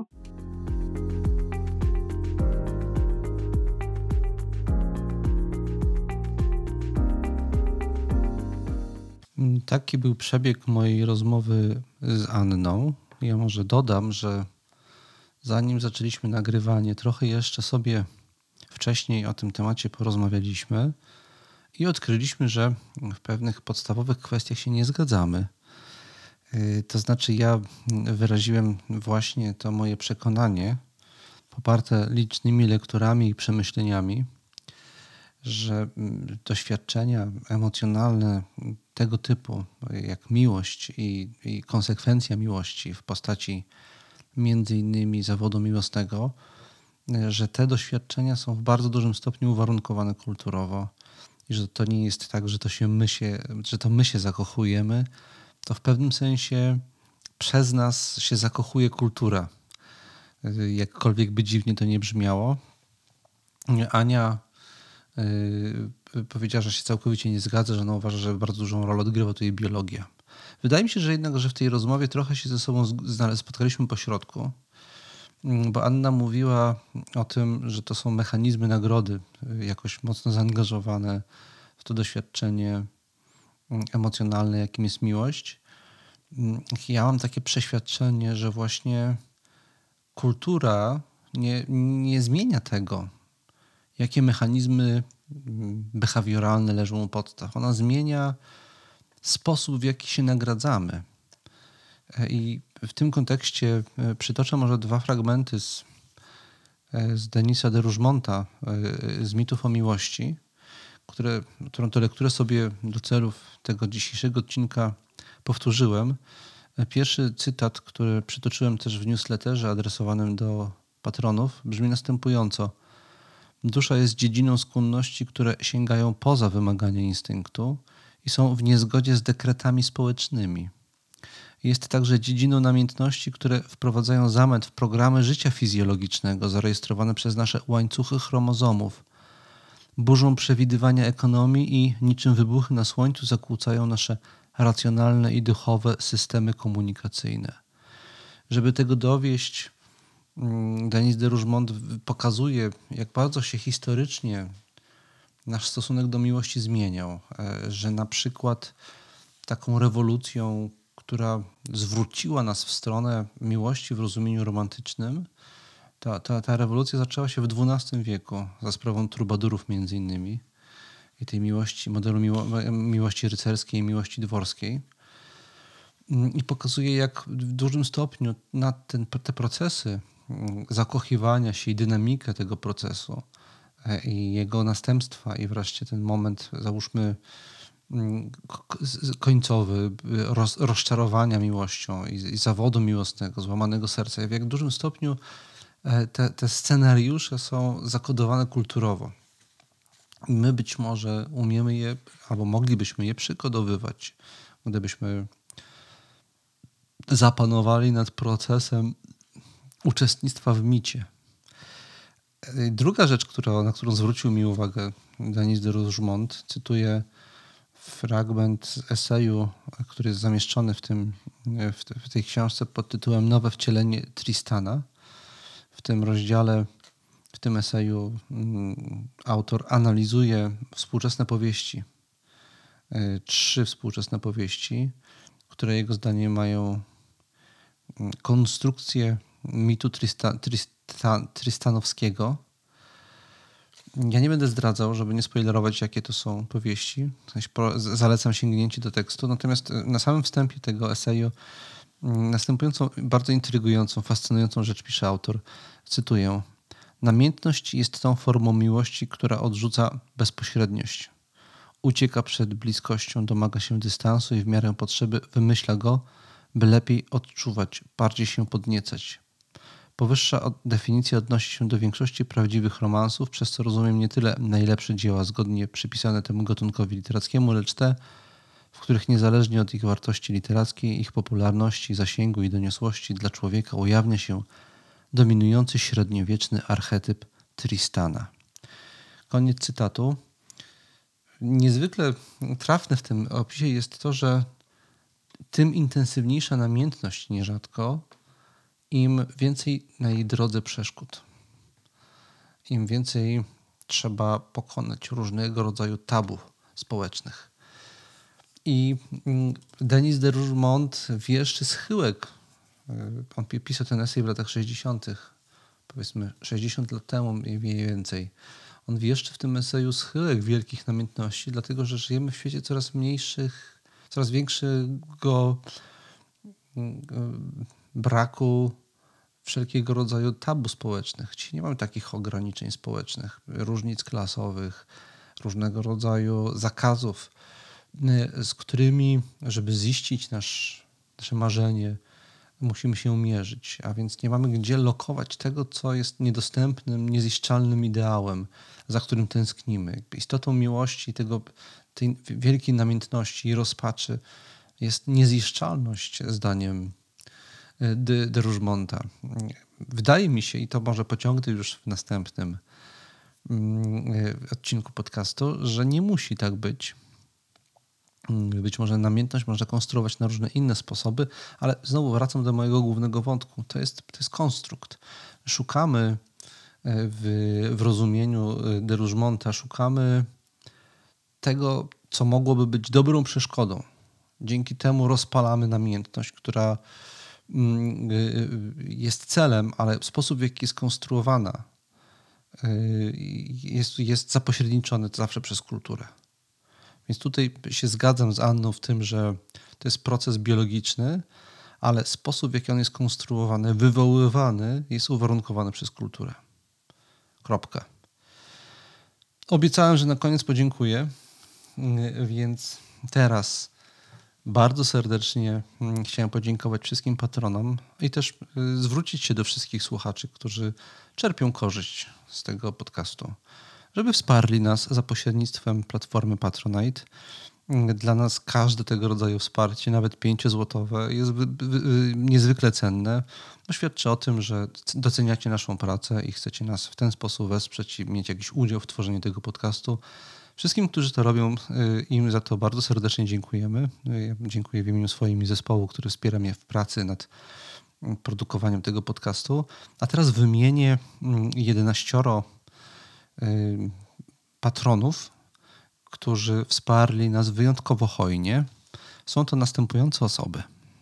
Taki był przebieg mojej rozmowy z Anną. Ja może dodam, że zanim zaczęliśmy nagrywanie, trochę jeszcze sobie wcześniej o tym temacie porozmawialiśmy i odkryliśmy, że w pewnych podstawowych kwestiach się nie zgadzamy. To znaczy ja wyraziłem właśnie to moje przekonanie, poparte licznymi lekturami i przemyśleniami, że doświadczenia emocjonalne tego typu, jak miłość i konsekwencja miłości w postaci między innymi zawodu miłosnego, że te doświadczenia są w bardzo dużym stopniu uwarunkowane kulturowo i że to nie jest tak, że to my się zakochujemy, to w pewnym sensie przez nas się zakochuje kultura. Jakkolwiek by dziwnie to nie brzmiało. Ania powiedziała, że się całkowicie nie zgadza, że ona uważa, że bardzo dużą rolę odgrywa tutaj biologia. Wydaje mi się, że jednak, że w tej rozmowie trochę się ze sobą spotkaliśmy po środku, bo Anna mówiła o tym, że to są mechanizmy nagrody jakoś mocno zaangażowane w to doświadczenie emocjonalne, jakim jest miłość. Ja mam takie przeświadczenie, że właśnie kultura nie zmienia tego, jakie mechanizmy behawioralne leżą u podstaw. Ona zmienia sposób, w jaki się nagradzamy. I w tym kontekście przytoczę może 2 fragmenty z Denisa de Rougemonta, z Mitów o miłości, którą to lekturę sobie do celów tego dzisiejszego odcinka powtórzyłem. Pierwszy cytat, który przytoczyłem też w newsletterze adresowanym do patronów, brzmi następująco. Dusza jest dziedziną skłonności, które sięgają poza wymagania instynktu i są w niezgodzie z dekretami społecznymi. Jest także dziedziną namiętności, które wprowadzają zamęt w programy życia fizjologicznego zarejestrowane przez nasze łańcuchy chromozomów. Burzą przewidywania ekonomii i niczym wybuchy na słońcu zakłócają nasze racjonalne i duchowe systemy komunikacyjne. Żeby tego dowieść, Denis de Rougemont pokazuje, jak bardzo się historycznie nasz stosunek do miłości zmieniał, że na przykład taką rewolucją, która zwróciła nas w stronę miłości w rozumieniu romantycznym, ta rewolucja zaczęła się w XII wieku za sprawą trubadurów między innymi i tej miłości, modelu miłości rycerskiej i miłości dworskiej. I pokazuje, jak w dużym stopniu na te procesy zakochiwania się i dynamikę tego procesu i jego następstwa i wreszcie ten moment, załóżmy, końcowy, rozczarowania miłością i zawodu miłosnego, złamanego serca. W jak dużym stopniu te scenariusze są zakodowane kulturowo. My być może umiemy je, albo moglibyśmy je przykodowywać, gdybyśmy zapanowali nad procesem uczestnictwa w micie. Druga rzecz, na którą zwrócił mi uwagę Denis de Rougemont, cytuję fragment z eseju, który jest zamieszczony w tym w tej książce pod tytułem Nowe wcielenie Tristana. W tym rozdziale, w tym eseju autor analizuje współczesne powieści. 3 współczesne powieści, które jego zdaniem mają konstrukcję mitu tristanowskiego. Ja nie będę zdradzał, żeby nie spoilerować, jakie to są powieści. Zalecam sięgnięcie do tekstu. Natomiast na samym wstępie tego eseju następującą, bardzo intrygującą, fascynującą rzecz pisze autor. Cytuję. Namiętność jest tą formą miłości, która odrzuca bezpośredniość. Ucieka przed bliskością, domaga się dystansu i w miarę potrzeby wymyśla go, by lepiej odczuwać, bardziej się podniecać. Powyższa definicja odnosi się do większości prawdziwych romansów, przez co rozumiem nie tyle najlepsze dzieła zgodnie przypisane temu gatunkowi literackiemu, lecz te, w których niezależnie od ich wartości literackiej, ich popularności, zasięgu i doniosłości dla człowieka ujawnia się dominujący średniowieczny archetyp Tristana. Koniec cytatu. Niezwykle trafne w tym opisie jest to, że tym intensywniejsza namiętność nierzadko, im więcej na jej drodze przeszkód. Im więcej trzeba pokonać różnego rodzaju tabu społecznych. I Denis de Rougemont wieszczy schyłek. On pisał ten esej w latach 60., powiedzmy 60 lat temu mniej więcej. On wieszczy w tym eseju schyłek wielkich namiętności, dlatego że żyjemy w świecie coraz większego braku wszelkiego rodzaju tabu społecznych. Dzisiaj nie mamy takich ograniczeń społecznych, różnic klasowych, różnego rodzaju zakazów, z którymi, żeby ziścić nasze marzenie, musimy się mierzyć. A więc nie mamy gdzie lokować tego, co jest niedostępnym, nieziszczalnym ideałem, za którym tęsknimy. Istotą miłości, tej wielkiej namiętności i rozpaczy jest nieziszczalność, zdaniem de Rougemonta. Wydaje mi się, i to może pociągnę już w następnym odcinku podcastu, że nie musi tak być. Być może namiętność można konstruować na różne inne sposoby, ale znowu wracam do mojego głównego wątku. To jest konstrukt. Szukamy w rozumieniu de Rougemonta, szukamy tego, co mogłoby być dobrą przeszkodą. Dzięki temu rozpalamy namiętność, która jest celem, ale sposób, w jaki jest konstruowana, jest zapośredniczony zawsze przez kulturę. Więc tutaj się zgadzam z Anną w tym, że to jest proces biologiczny, ale sposób, w jaki on jest konstruowany, wywoływany, jest uwarunkowany przez kulturę. Kropka. Obiecałem, że na koniec podziękuję, więc teraz bardzo serdecznie chciałem podziękować wszystkim patronom i też zwrócić się do wszystkich słuchaczy, którzy czerpią korzyść z tego podcastu, żeby wsparli nas za pośrednictwem platformy Patronite. Dla nas każde tego rodzaju wsparcie, nawet 5-złotowe, jest niezwykle cenne. Świadczy o tym, że doceniacie naszą pracę i chcecie nas w ten sposób wesprzeć i mieć jakiś udział w tworzeniu tego podcastu. Wszystkim, którzy to robią, im za to bardzo serdecznie dziękujemy. Dziękuję w imieniu swoim i zespołu, który wspiera mnie w pracy nad produkowaniem tego podcastu. A teraz wymienię 11 patronów, którzy wsparli nas wyjątkowo hojnie. Są to następujące osoby: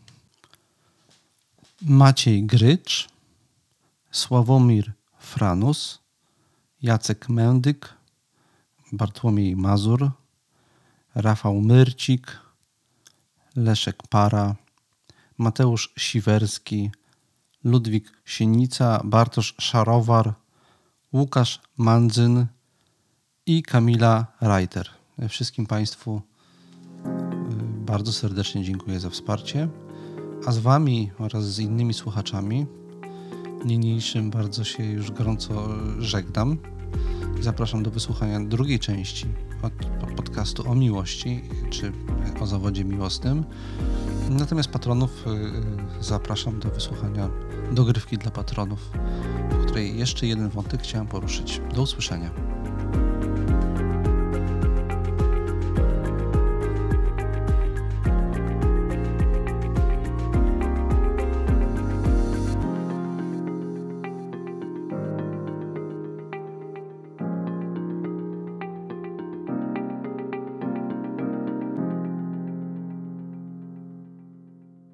Maciej Grycz, Sławomir Franus, Jacek Mędyk, Bartłomiej Mazur, Rafał Myrcik, Leszek Para, Mateusz Siwerski, Ludwik Sienica, Bartosz Szarowar, Łukasz Mandzyn i Kamila Reiter. Wszystkim Państwu bardzo serdecznie dziękuję za wsparcie, a z Wami oraz z innymi słuchaczami niniejszym bardzo się już gorąco żegnam. Zapraszam do wysłuchania drugiej części podcastu o miłości, czy o zawodzie miłosnym. Natomiast patronów zapraszam do wysłuchania dogrywki dla patronów, w której jeszcze jeden wątek chciałem poruszyć. Do usłyszenia.